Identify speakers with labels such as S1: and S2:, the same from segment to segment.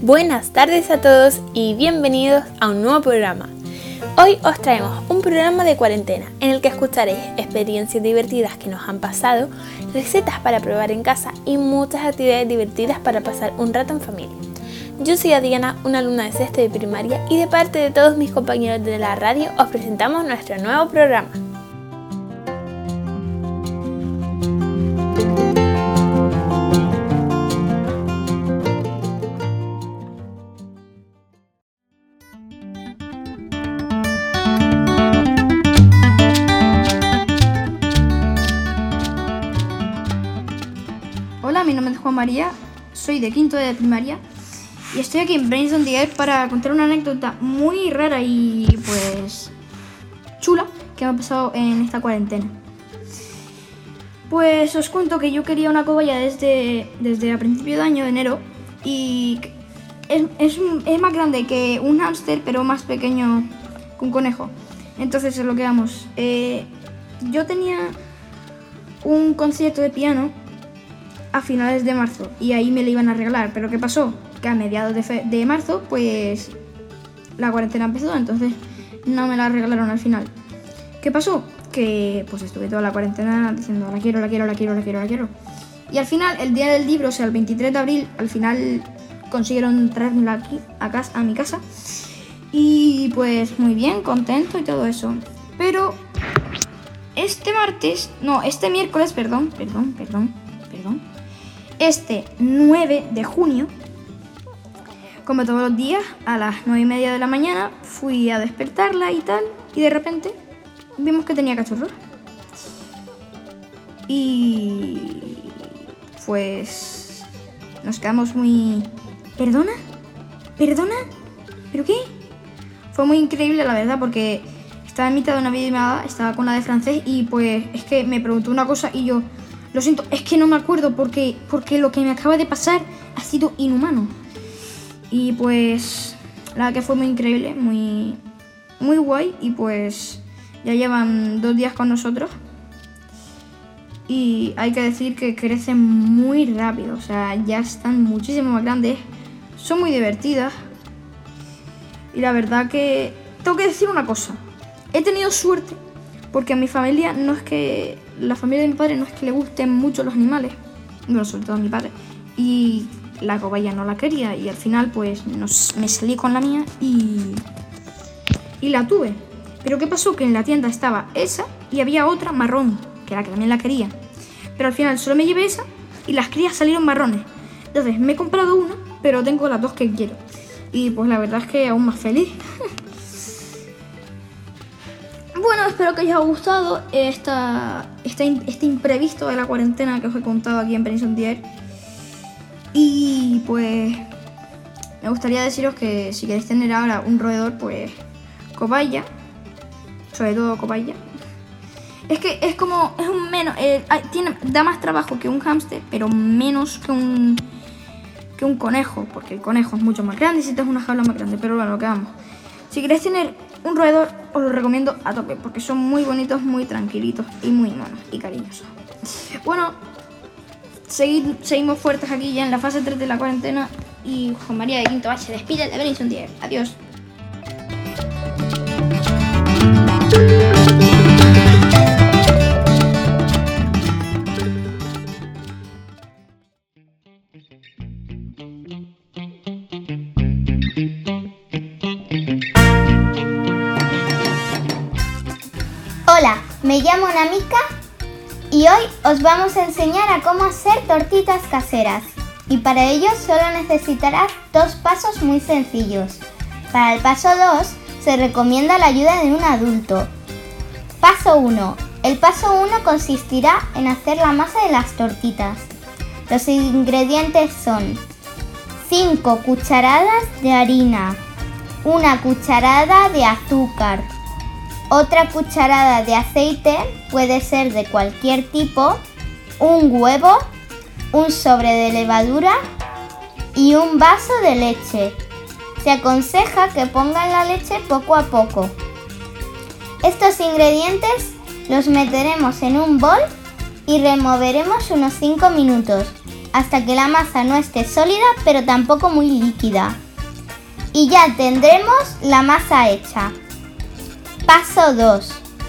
S1: Buenas tardes a todos y bienvenidos a un nuevo programa. Hoy os traemos un programa de cuarentena en el que escucharéis experiencias divertidas que nos han pasado, recetas para probar en casa y muchas actividades divertidas para pasar un rato en familia. Yo soy Adriana, una alumna de sexto de primaria, y de parte de todos mis compañeros de la radio os presentamos nuestro nuevo programa.
S2: Hola, mi nombre es Juan María, soy de quinto de primaria y estoy aquí en Brains on the Air para contar una anécdota muy rara y pues chula que me ha pasado en esta cuarentena. Pues os cuento que yo quería una cobaya desde a principio de año, de enero, y es más grande que un hámster, pero más pequeño que un conejo. Entonces es lo que vamos. Yo tenía un concierto de piano a finales de marzo y ahí me la iban a regalar, pero ¿qué pasó? Que a mediados de marzo pues la cuarentena empezó, entonces no me la regalaron al final. ¿Qué pasó? Que pues estuve toda la cuarentena diciendo la quiero. Y al final, el día del libro, o sea el 23 de abril, al final consiguieron traérmela aquí a mi casa y pues muy bien, contento y todo eso. Pero este Este 9 de junio, como todos los días, a las 9:30 de la mañana, fui a despertarla y tal, y de repente vimos que tenía cachorros. Y pues nos quedamos muy... ¿Perdona? ¿Pero qué? Fue muy increíble, la verdad, porque estaba en mitad de una videollamada, estaba con la de francés y pues es que me preguntó una cosa y yo... Lo siento, es que no me acuerdo porque lo que me acaba de pasar ha sido inhumano. Y pues la verdad que fue muy increíble, muy guay. Y pues ya llevan 2 días con nosotros. Y hay que decir que crecen muy rápido, o sea, ya están muchísimo más grandes. Son muy divertidas. Y la verdad que tengo que decir una cosa. He tenido suerte porque a mi familia la familia de mi padre no es que le gusten mucho los animales, bueno, sobre todo a mi padre, y la cobaya no la quería y al final pues me salí con la mía y la tuve. Pero ¿qué pasó? Que en la tienda estaba esa y había otra marrón, que también la quería, pero al final solo me llevé esa y las crías salieron marrones. Entonces me he comprado una, pero tengo las 2 que quiero y pues la verdad es que aún más feliz. Bueno, espero que os haya gustado este imprevisto de la cuarentena que os he contado aquí en Brains on the Air. Y pues me gustaría deciros que si queréis tener ahora un roedor, pues cobaya, sobre todo cobaya. Es que es un menos, da más trabajo que un hámster, pero menos que un conejo, porque el conejo es mucho más grande y si te es una jaula más grande, pero bueno, lo que vamos. Si queréis tener un roedor, os lo recomiendo a tope, porque son muy bonitos, muy tranquilitos y muy monos y cariñosos. Bueno, seguimos fuertes aquí ya en la fase 3 de la cuarentena y Juan María de quinto H despide de Brains on the Air. Adiós.
S3: Hola, me llamo Namika y hoy os vamos a enseñar a cómo hacer tortitas caseras. Y para ello solo necesitarás 2 pasos muy sencillos. Para el paso 2 se recomienda la ayuda de un adulto. Paso 1. El paso 1 consistirá en hacer la masa de las tortitas. Los ingredientes son 5 cucharadas de harina, 1 cucharada de azúcar, otra cucharada de aceite, puede ser de cualquier tipo, un huevo, un sobre de levadura y un vaso de leche. Se aconseja que pongan la leche poco a poco. Estos ingredientes los meteremos en un bol y removeremos unos 5 minutos. hasta que la masa no esté sólida, pero tampoco muy líquida. Y ya tendremos la masa hecha. Paso 2.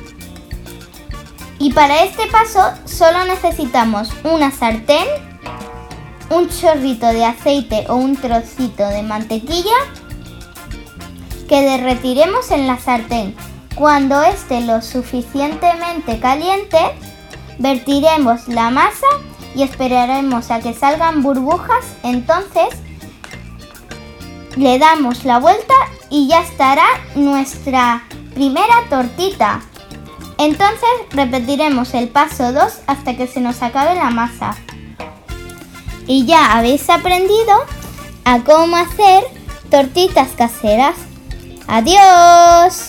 S3: Y para este paso solo necesitamos una sartén, un chorrito de aceite o un trocito de mantequilla que derretiremos en la sartén. Cuando esté lo suficientemente caliente, vertiremos la masa y esperaremos a que salgan burbujas. Entonces le damos la vuelta y ya estará nuestra primera tortita. Entonces repetiremos el paso 2 hasta que se nos acabe la masa. Y ya habéis aprendido a cómo hacer tortitas caseras. ¡Adiós!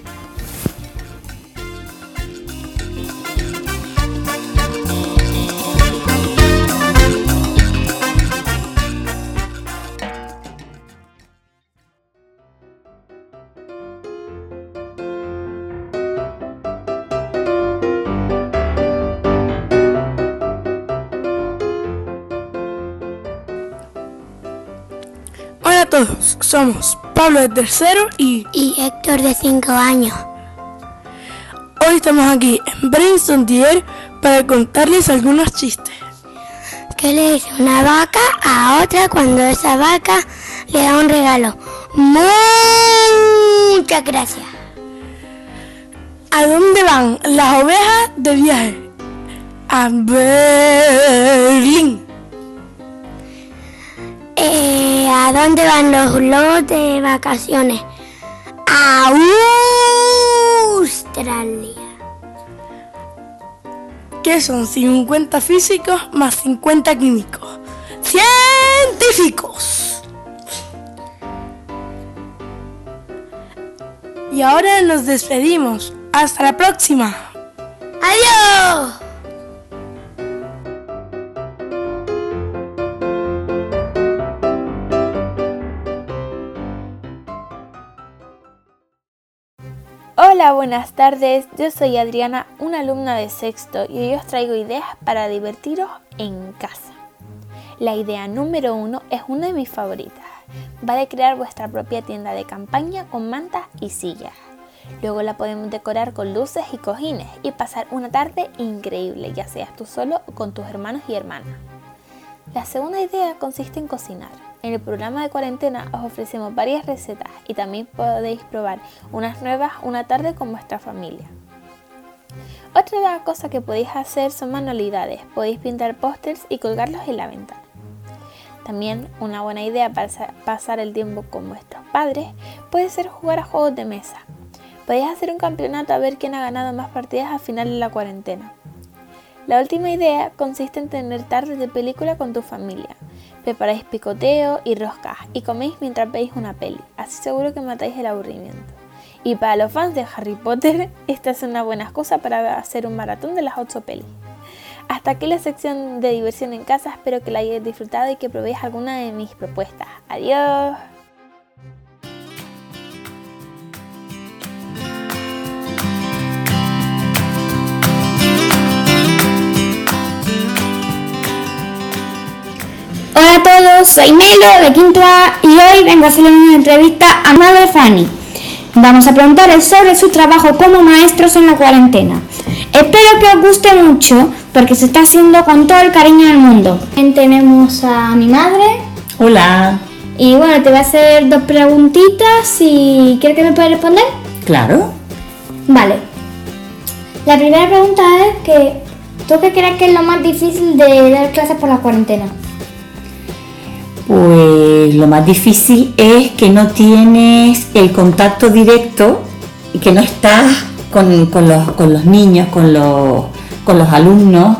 S4: Hola a todos, somos Pablo de tercero y
S5: Héctor de 5 años.
S4: hoy estamos aquí en Brainstorm Tier para contarles algunos chistes.
S5: ¿Qué le dice una vaca a otra cuando esa vaca le da un regalo? Muchas gracias.
S4: ¿A dónde van las ovejas de viaje? A Berlín.
S5: ¿A dónde van los globos de vacaciones? A Australia.
S4: ¿Qué son 50 físicos más 50 químicos? ¡Científicos! Y ahora nos despedimos. ¡Hasta la próxima!
S5: ¡Adiós!
S1: Hola, buenas tardes. Yo soy Adriana, una alumna de sexto, y hoy os traigo ideas para divertiros en casa. La idea número 1 es una de mis favoritas. Va de crear vuestra propia tienda de campaña con mantas y sillas. Luego la podemos decorar con luces y cojines y pasar una tarde increíble, ya seas tú solo o con tus hermanos y hermanas. La segunda idea consiste en cocinar. En el programa de cuarentena os ofrecemos varias recetas y también podéis probar unas nuevas una tarde con vuestra familia. Otra cosa que podéis hacer son manualidades. Podéis pintar pósters y colgarlos en la ventana. También una buena idea para pasar el tiempo con vuestros padres puede ser jugar a juegos de mesa. Podéis hacer un campeonato a ver quién ha ganado más partidas al final de la cuarentena. La última idea consiste en tener tardes de película con tu familia. Preparáis picoteo y roscas y coméis mientras veis una peli, así seguro que matáis el aburrimiento. Y para los fans de Harry Potter, esta es una buena excusa para hacer un maratón de las 8 pelis. Hasta aquí la sección de diversión en casa, espero que la hayáis disfrutado y que probéis alguna de mis propuestas. ¡Adiós!
S2: Hola a todos, soy Melo de quinto A y hoy vengo a hacerle una entrevista a madre Fanny. Vamos a preguntarles sobre su trabajo como maestros en la cuarentena. Espero que os guste mucho porque se está haciendo con todo el cariño del mundo. Tenemos a mi madre.
S6: Hola.
S2: Y bueno, te voy a hacer 2 preguntitas y ¿quieres que me puedas responder?
S6: Claro.
S2: Vale. La primera pregunta es que ¿tú qué crees que es lo más difícil de dar clases por la cuarentena?
S6: Pues lo más difícil es que no tienes el contacto directo y que no estás con los niños, con los alumnos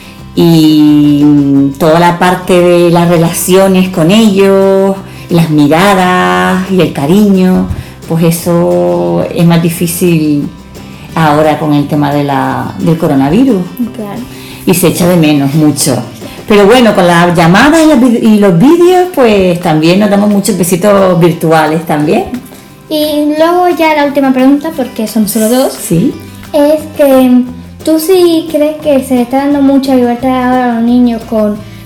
S6: y toda la parte de las relaciones con ellos, las miradas y el cariño, pues eso es más difícil ahora con el tema del coronavirus.
S2: Claro.
S6: Y se echa de menos mucho. Pero bueno, con las llamadas y los vídeos, pues también nos damos muchos besitos virtuales también.
S2: Y luego ya la última pregunta, porque son solo 2,
S6: Sí.
S2: es que tú sí crees que se le está dando mucha libertad ahora a los niños con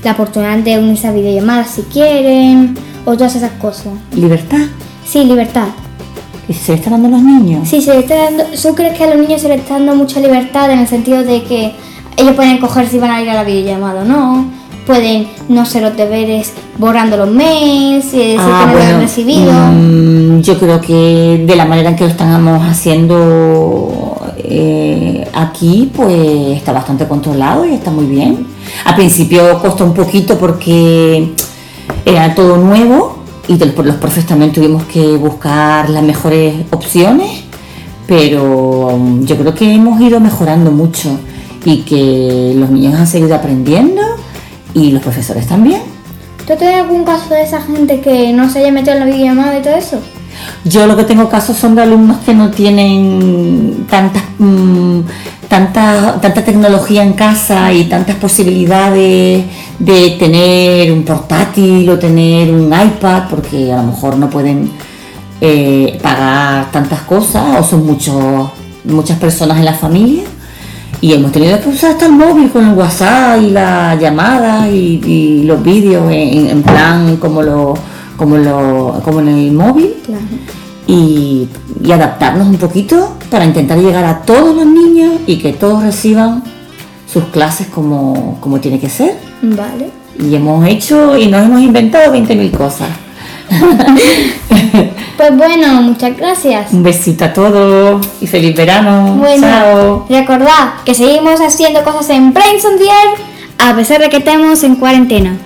S7: la oportunidad de unirse a videollamadas si quieren, o todas esas cosas.
S6: ¿Libertad?
S7: Sí, libertad.
S6: ¿Y se le está dando a los niños?
S7: Sí, se le está dando. ¿Tú crees que a los niños se les está dando mucha libertad en el sentido de que ellos pueden coger si van a ir a la videollamada o no? Pueden no hacer los deberes borrando los mails, si que no lo han recibido.
S6: Yo creo que de la manera en que lo estamos haciendo aquí, pues está bastante controlado y está muy bien. Al principio costó un poquito porque era todo nuevo y los profes también tuvimos que buscar las mejores opciones, pero yo creo que hemos ido mejorando mucho y que los niños han seguido aprendiendo y los profesores también.
S7: ¿Tú tienes algún caso de esa gente que no se haya metido en la videollamada y todo eso?
S6: Yo lo que tengo casos son de alumnos que no tienen tanta tecnología en casa y tantas posibilidades de tener un portátil o tener un iPad, porque a lo mejor no pueden pagar tantas cosas, o son muchas personas en la familia. Y hemos tenido que usar hasta el móvil con el WhatsApp y las llamadas y los vídeos en plan como en el móvil.
S7: Claro.
S6: Y adaptarnos un poquito para intentar llegar a todos los niños y que todos reciban sus clases como tiene que ser.
S7: Vale.
S6: Y hemos hecho y nos hemos inventado 20.000 cosas.
S7: Pues bueno, muchas gracias.
S6: Un besito a todos y feliz verano.
S7: Bueno,
S6: chao.
S7: Recordad que seguimos haciendo cosas en Brains on the Air a pesar de que estemos en cuarentena.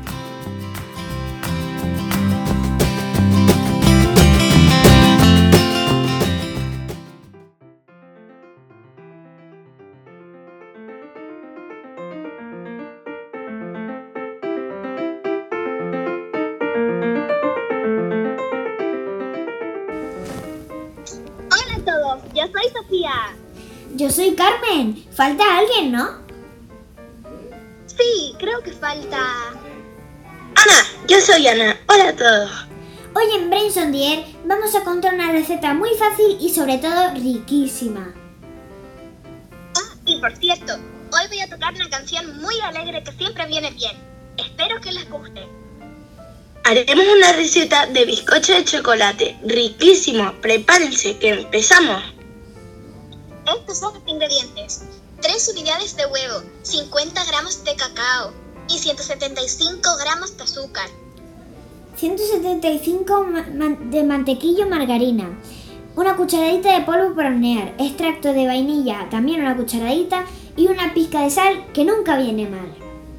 S8: Yo soy Sofía.
S9: Yo soy Carmen. Falta alguien, ¿no?
S8: Sí, creo que falta... Ana, yo soy Ana. Hola a todos.
S9: Hoy en Brains on the Air vamos a contar una receta muy fácil y sobre todo riquísima.
S8: Ah, y por cierto, hoy voy a tocar una canción muy alegre que siempre viene bien. Espero que les guste. Haremos una receta de bizcocho de chocolate. Riquísimo. Prepárense, que empezamos. Estos son los ingredientes: 3 unidades de huevo, 50 gramos de cacao y 175 gramos de azúcar.
S9: 175 de mantequilla o margarina, una cucharadita de polvo para hornear, extracto de vainilla, también una cucharadita, y una pizca de sal, que nunca viene mal.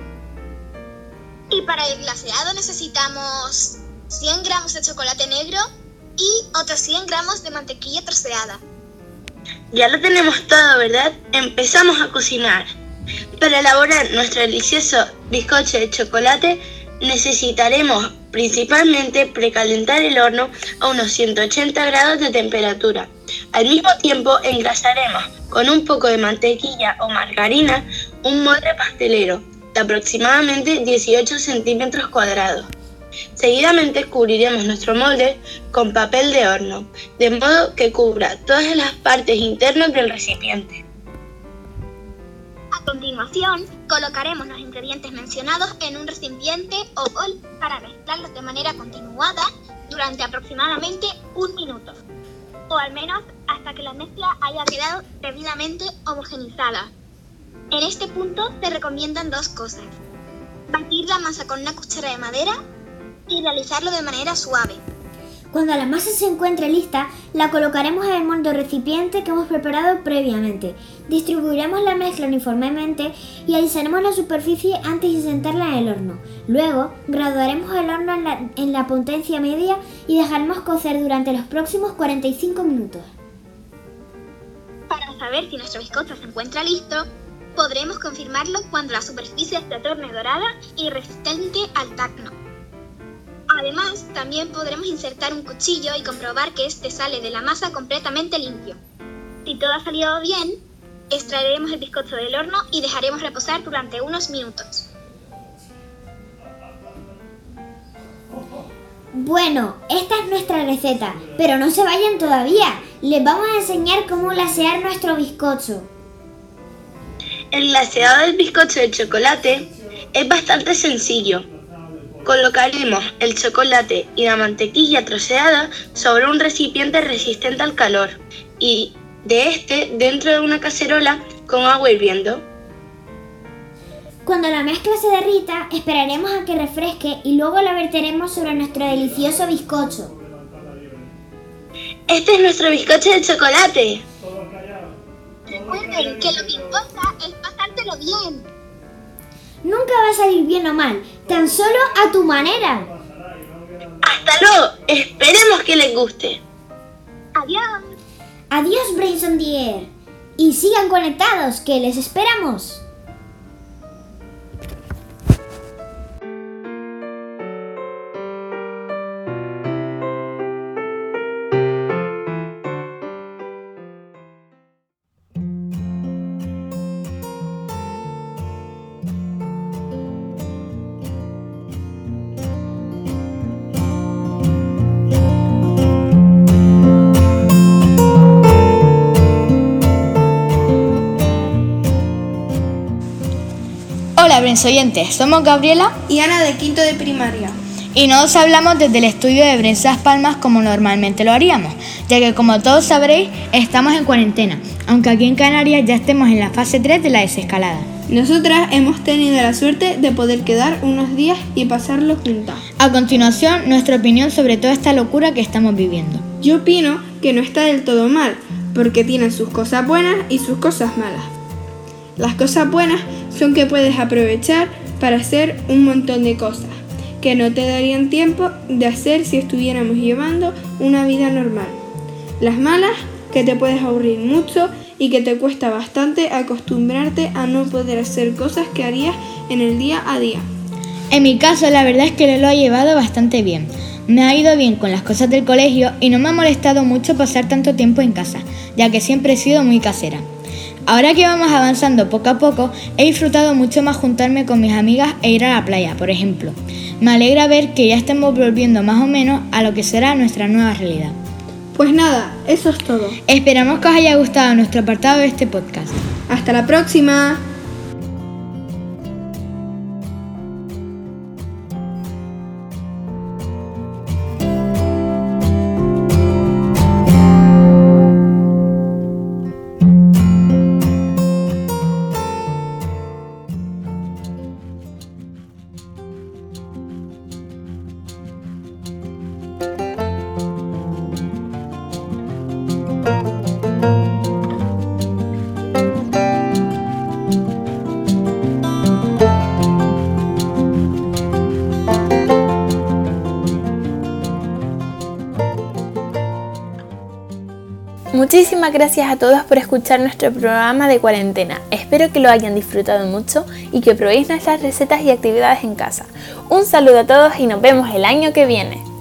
S8: Y para el glaseado necesitamos 100 gramos de chocolate negro y otros 100 gramos de mantequilla troceada. Ya lo tenemos todo, ¿verdad? Empezamos a cocinar. Para elaborar nuestro delicioso bizcocho de chocolate necesitaremos principalmente precalentar el horno a unos 180 grados de temperatura. Al mismo tiempo engrasaremos con un poco de mantequilla o margarina un molde pastelero de aproximadamente 18 centímetros cuadrados. Seguidamente cubriremos nuestro molde con papel de horno, de modo que cubra todas las partes internas del recipiente. A continuación, colocaremos los ingredientes mencionados en un recipiente o bol para mezclarlos de manera continuada durante aproximadamente 1 minuto, o al menos hasta que la mezcla haya quedado debidamente homogenizada. En este punto se recomiendan 2 cosas: batir la masa con una cuchara de madera y realizarlo de manera suave.
S9: Cuando la masa se encuentre lista, la colocaremos en el molde o recipiente que hemos preparado previamente. Distribuiremos la mezcla uniformemente y alisaremos la superficie antes de sentarla en el horno. Luego, graduaremos el horno en la potencia media y dejaremos cocer durante los próximos 45 minutos.
S8: Para saber si nuestro bizcocho se encuentra listo, podremos confirmarlo cuando la superficie se torne dorada y resistente al tacto. Además, también podremos insertar un cuchillo y comprobar que este sale de la masa completamente limpio. Si todo ha salido bien, extraeremos el bizcocho del horno y dejaremos reposar durante unos minutos.
S9: Bueno, esta es nuestra receta, pero no se vayan todavía. Les vamos a enseñar cómo glasear nuestro bizcocho.
S8: El glaseado del bizcocho de chocolate
S10: Es bastante sencillo. Colocaremos el chocolate y la mantequilla troceada sobre un recipiente resistente al calor y dentro de una cacerola con agua hirviendo.
S9: Cuando la mezcla se derrita, esperaremos a que refresque y luego la verteremos sobre nuestro delicioso bizcocho.
S10: ¡Este es nuestro bizcocho de chocolate!
S8: Recuerden que lo que importa es pasártelo bien.
S9: Nunca va a salir bien o mal, tan solo a tu manera.
S10: ¡Hasta luego! Esperemos que les guste.
S8: Adiós.
S9: Adiós, Brains on the Air. Y sigan conectados, que les esperamos.
S11: Hola, Brensoyentes, somos Gabriela
S2: y Ana de quinto de primaria.
S11: Y no os hablamos desde el estudio de Brensas Palmas como normalmente lo haríamos, ya que como todos sabréis, estamos en cuarentena, aunque aquí en Canarias ya estemos en la fase 3 de la desescalada.
S2: Nosotras hemos tenido la suerte de poder quedar unos días y pasarlo juntas.
S11: A continuación, nuestra opinión sobre toda esta locura que estamos viviendo.
S2: Yo opino que no está del todo mal, porque tiene sus cosas buenas y sus cosas malas. Las cosas buenas son que puedes aprovechar para hacer un montón de cosas que no te darían tiempo de hacer si estuviéramos llevando una vida normal. Las malas, que te puedes aburrir mucho y que te cuesta bastante acostumbrarte a no poder hacer cosas que harías en el día a día.
S11: En mi caso, la verdad es que lo he llevado bastante bien. Me ha ido bien con las cosas del colegio y no me ha molestado mucho pasar tanto tiempo en casa, ya que siempre he sido muy casera. Ahora que vamos avanzando poco a poco, he disfrutado mucho más juntarme con mis amigas e ir a la playa, por ejemplo. Me alegra ver que ya estemos volviendo más o menos a lo que será nuestra nueva realidad.
S2: Pues nada, eso es todo.
S11: Esperamos que os haya gustado nuestro apartado de este podcast.
S2: ¡Hasta la próxima!
S1: Muchísimas gracias a todos por escuchar nuestro programa de cuarentena. Espero que lo hayan disfrutado mucho y que probéis nuestras recetas y actividades en casa. Un saludo a todos y nos vemos el año que viene.